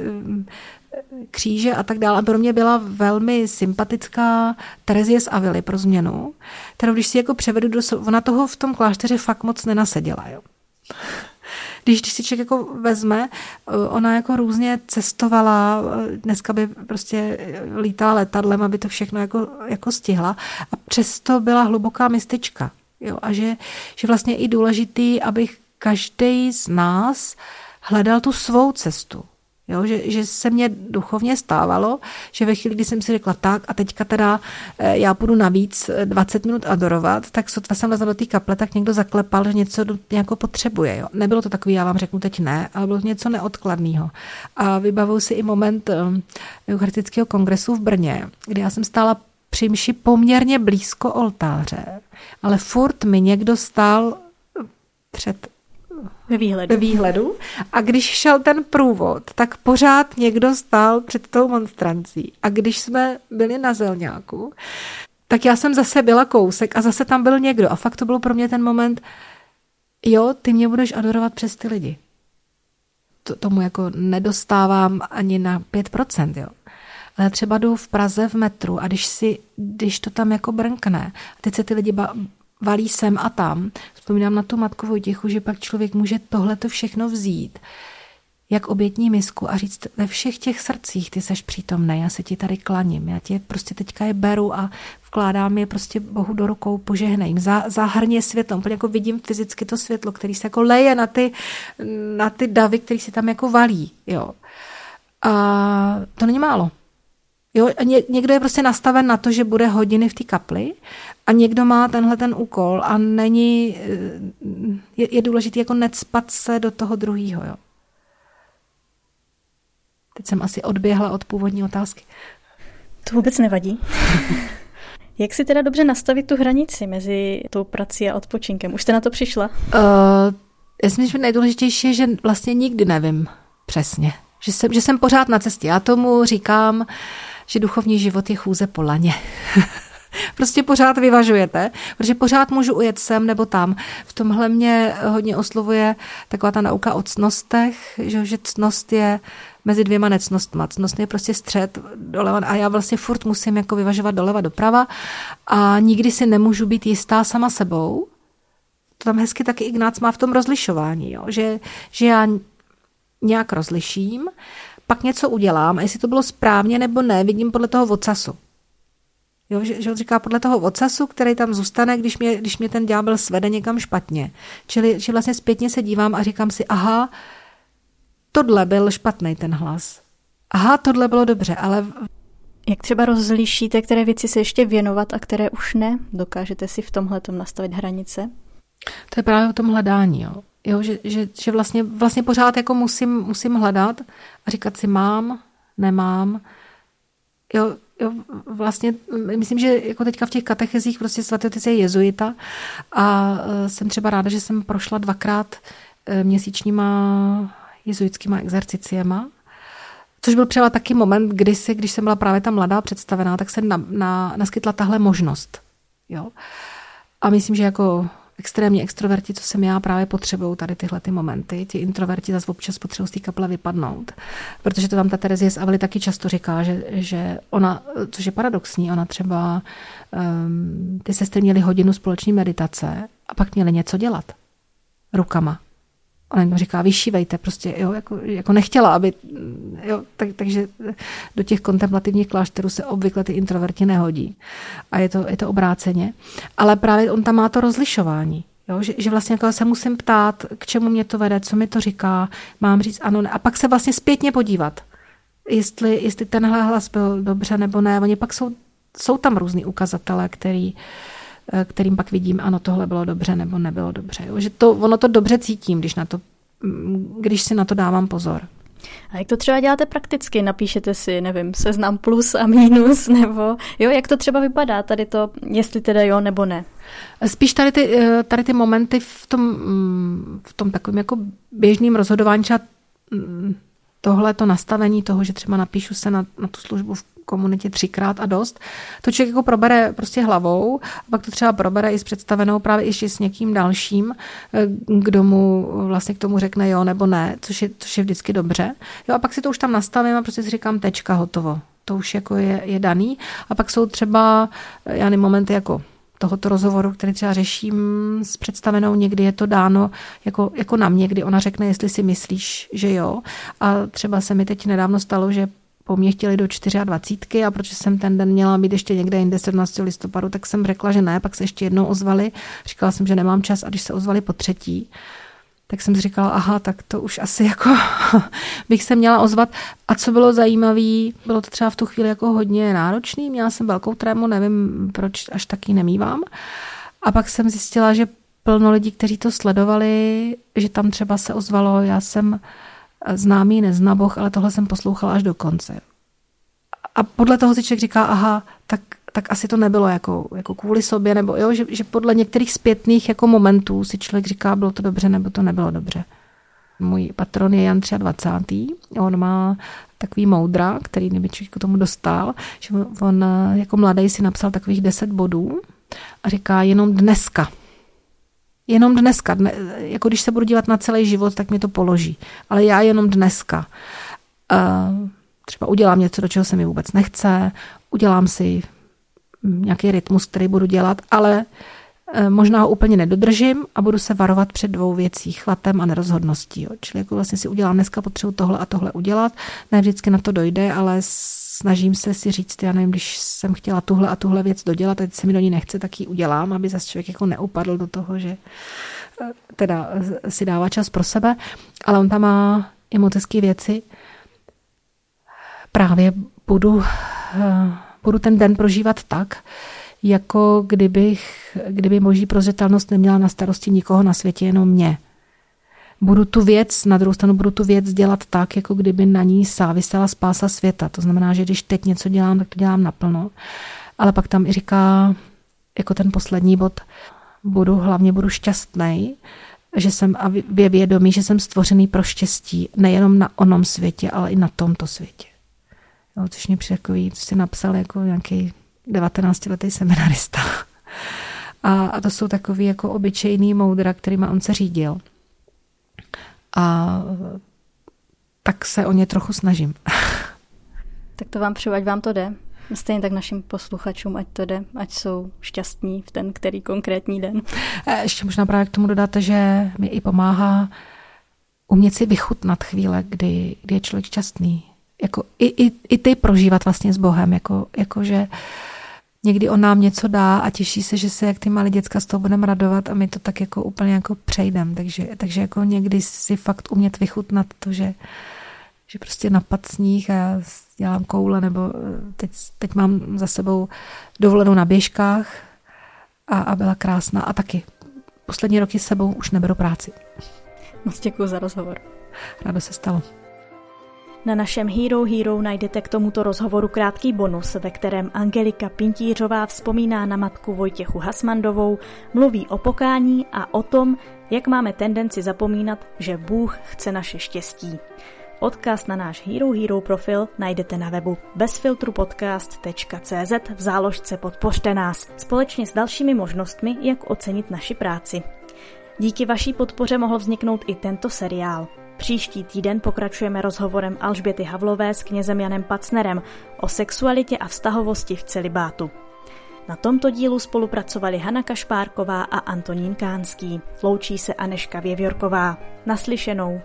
kříže a tak dále. A pro mě byla velmi sympatická Terezie z Avily pro změnu, kterou když si jako převedu ona toho v tom klášteře fakt moc nenaseděla, jo. Když si člověk jako vezme, ona jako různě cestovala, dneska by prostě lítala letadlem, aby to všechno jako stihla a přesto byla hluboká mistička. Jo? A že vlastně je i důležitý, aby každý z nás hledal tu svou cestu. Jo, že se mně duchovně stávalo, že ve chvíli, kdy jsem si řekla tak a teďka teda já půjdu navíc 20 minut adorovat, tak sotva jsem lezla do té kaple, tak někdo zaklepal, že něco nějako potřebuje. Jo. Nebylo to takový, já vám řeknu teď ne, ale bylo to něco neodkladného. A vybavuju si i moment Eucharistického kongresu v Brně, kdy já jsem stála při mši poměrně blízko oltáře, ale furt mi někdo stál ve výhledu. A když šel ten průvod, tak pořád někdo stál před tou monstrancí. A když jsme byli na Zelňáku, tak já jsem zase byla kousek a zase tam byl někdo. A fakt to bylo pro mě ten moment, jo, ty mě budeš adorovat přes ty lidi. Tomu jako nedostávám ani na 5%, jo. Ale třeba jdu v Praze v metru a když to tam jako brnkne, a teď se ty lidi valí sem a tam, vzpomínám na tu matku Vojtěchu, že pak člověk může tohleto všechno vzít, jak obětní misku a říct ve všech těch srdcích, ty seš přítomnej, já se ti tady klaním, já tě prostě teďka je beru a vkládám je prostě Bohu do rukou, požehnej jim, zahrně světlom, úplně jako vidím fyzicky to světlo, který se jako leje na ty davy, který se tam jako valí, jo. A to není málo. Jo, někdo je prostě nastaven na to, že bude hodiny v té kapli a někdo má tenhle ten úkol a je důležité jako necpat se do toho druhýho, jo. Teď jsem asi odběhla od původní otázky. To vůbec nevadí. Jak si teda dobře nastavit tu hranici mezi tou prací a odpočinkem? Už jste na to přišla? Já si myslím, že nejdůležitější je, že vlastně nikdy nevím přesně. Že jsem pořád na cestě. Já tomu říkám, že duchovní život je chůze po laně. Prostě pořád vyvažujete, protože pořád můžu ujet sem nebo tam. V tomhle mě hodně oslovuje taková ta nauka o ctnostech, že ctnost je mezi dvěma nectnostma. Ctnost je prostě střed doleva a já vlastně furt musím jako vyvažovat doleva doprava a nikdy si nemůžu být jistá sama sebou. To tam hezky taky Ignác má v tom rozlišování, jo? Že já nějak rozliším, pak něco udělám a jestli to bylo správně nebo ne, vidím podle toho ocasu. Jo, že on říká podle toho ocasu, který tam zůstane, když mě ten ďábel svede někam špatně. Čili že vlastně zpětně se dívám a říkám si, aha, tohle byl špatný ten hlas. Aha, tohle bylo dobře, ale... Jak třeba rozlišíte, které věci se ještě věnovat a které už ne? Dokážete si v tomhletom nastavit hranice? To je právě o tom hledání, jo. Jo, že vlastně pořád jako musím hledat a říkat si mám, nemám. Jo, vlastně myslím, že jako teďka v těch katechezích prostě svatý otec je jezuita a jsem třeba ráda, že jsem prošla 2krát měsíčníma jezuitskýma exerciciema, což byl třeba taky moment, když jsem byla právě ta mladá představená, tak se naskytla tahle možnost. Jo. A myslím, že jako extrémní extroverti, co jsem já, právě potřebují tady tyhle ty momenty. Ti introverti zase občas potřebují z té kaple vypadnout. Protože to tam ta Terezie z Avily taky často říká, že ona, což je paradoxní, ona třeba ty sestry měly hodinu společné meditace a pak měly něco dělat rukama. Ona jim říká, vyšívejte, prostě, jo, jako nechtěla, aby, jo, takže do těch kontemplativních klášterů se obvykle ty introverti nehodí. A je to obráceně. Ale právě on tam má to rozlišování, jo, že vlastně jako se musím ptát, k čemu mě to vede, co mi to říká, mám říct ano, ne. A pak se vlastně zpětně podívat, jestli tenhle hlas byl dobře nebo ne. Oni pak jsou tam různý ukazatele, kterým pak vidím, ano, tohle bylo dobře nebo nebylo dobře. Jo? Že ono to dobře cítím, když si na to dávám pozor. A jak to třeba děláte prakticky? Napíšete si, nevím, seznam plus a mínus, nebo jo, jak to třeba vypadá tady to, jestli teda jo nebo ne? Spíš tady ty momenty v tom takovém jako běžným rozhodování, třeba tohleto nastavení toho, že třeba napíšu se na tu službu v komunitě 3krát a dost, to člověk jako probere prostě hlavou a pak to třeba probere i s představenou právě ještě s někým dalším, kdo mu vlastně k tomu řekne jo nebo ne, což je vždycky dobře. Jo, a pak si to už tam nastavím a prostě si říkám tečka, hotovo. To už jako je daný. A pak jsou třeba momenty jako tohoto rozhovoru, který třeba řeším s představenou, někdy je to dáno jako na mě, kdy ona řekne, jestli si myslíš, že jo. A třeba se mi teď nedávno stalo, že po mně chtěli do 24 a protože jsem ten den měla být ještě někde jinde 17. listopadu, tak jsem řekla, že ne, pak se ještě jednou ozvali. Říkala jsem, že nemám čas a když se ozvali po 3., tak jsem si říkala, aha, tak to už asi jako bych se měla ozvat. A co bylo zajímavé, bylo to třeba v tu chvíli jako hodně náročný, měla jsem velkou trému, nevím, proč až taky nemívám. A pak jsem zjistila, že plno lidí, kteří to sledovali, že tam třeba se ozvalo, já jsem známý, neznaboch, ale tohle jsem poslouchala až do konce. A podle toho si člověk říká, aha, tak asi to nebylo jako kvůli sobě, nebo jo, že podle některých zpětných jako momentů si člověk říká, bylo to dobře, nebo to nebylo dobře. Můj patron je Jan 23. On má takový moudra, který mě člověk k tomu dostal, že on jako mladý si napsal takových 10 bodů a říká jenom dneska. Jenom dneska. Jako když se budu dívat na celý život, tak mi to položí. Ale já jenom dneska. Třeba udělám něco, do čeho se mi vůbec nechce, udělám si nějaký rytmus, který budu dělat, ale možná ho úplně nedodržím a budu se varovat před 2 věcí, chvatem a nerozhodností. Jo. Čili jako vlastně si udělám dneska, potřebuji tohle a tohle udělat. Ne vždycky na to dojde, ale snažím se si říct, já nevím, když jsem chtěla tuhle a tuhle věc dodělat, a teď se mi do ní nechce, tak ji udělám, aby zase člověk jako neupadl do toho, že teda si dává čas pro sebe, ale on tam má i moc hezký věci. Právě budu ten den prožívat tak, jako kdyby mojí prozřetelnost neměla na starosti nikoho na světě, jenom mě. Na druhou stranu budu tu věc dělat tak, jako kdyby na ní závisela spása světa. To znamená, že když teď něco dělám, tak to dělám naplno. Ale pak tam i říká, jako ten poslední bod, budu šťastnej, že jsem a vědomý, že jsem stvořený pro štěstí, nejenom na onom světě, ale i na tomto světě. Jo, což mě přijde, co si napsal jako nějaký 19letý seminarista. A to jsou takový jako obyčejný moudra, kterýma on se řídil. A tak se o ně trochu snažím. Tak to vám přeju, ať vám to jde. Stejně tak našim posluchačům, ať to jde, ať jsou šťastní v ten který konkrétní den. Ještě možná právě k tomu dodáte, že mi i pomáhá umět si vychutnat chvíle, kdy je člověk šťastný. Jako i ty prožívat vlastně s Bohem, jako že někdy on nám něco dá a těší se, že se jak ty malí děcka z toho budeme radovat a my to tak jako úplně jako přejdeme. Takže jako někdy si fakt umět vychutnat to, že prostě napad sníh a já dělám koule, nebo teď mám za sebou dovolenou na běžkách a byla krásná. A taky poslední roky s sebou už neberu práci. Moc děkuji za rozhovor. Rádo se stalo. Na našem Hero najdete k tomuto rozhovoru krátký bonus, ve kterém Angelika Pintířová vzpomíná na matku Vojtěchu Hasmandovou, mluví o pokání a o tom, jak máme tendenci zapomínat, že Bůh chce naše štěstí. Odkaz na náš Hero profil najdete na webu bezfiltrupodcast.cz v záložce Podpořte nás, společně s dalšími možnostmi, jak ocenit naši práci. Díky vaší podpoře mohl vzniknout i tento seriál. Příští týden pokračujeme rozhovorem Alžběty Havlové s knězem Janem Pacnerem o sexualitě a vztahovosti v celibátu. Na tomto dílu spolupracovali Hana Kašpárková a Antonín Kánský. Loučí se Anežka Věvjorková. Naslyšenou.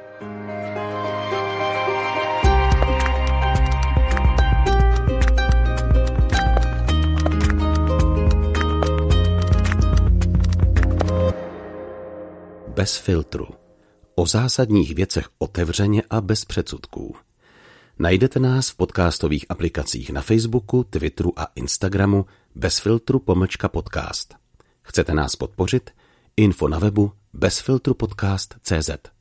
Bez filtru. O zásadních věcech otevřeně a bez předsudků. Najdete nás v podcastových aplikacích na Facebooku, Twitteru a Instagramu bezfiltru_podcast. Chcete nás podpořit? Info na webu bezfiltrupodcast.cz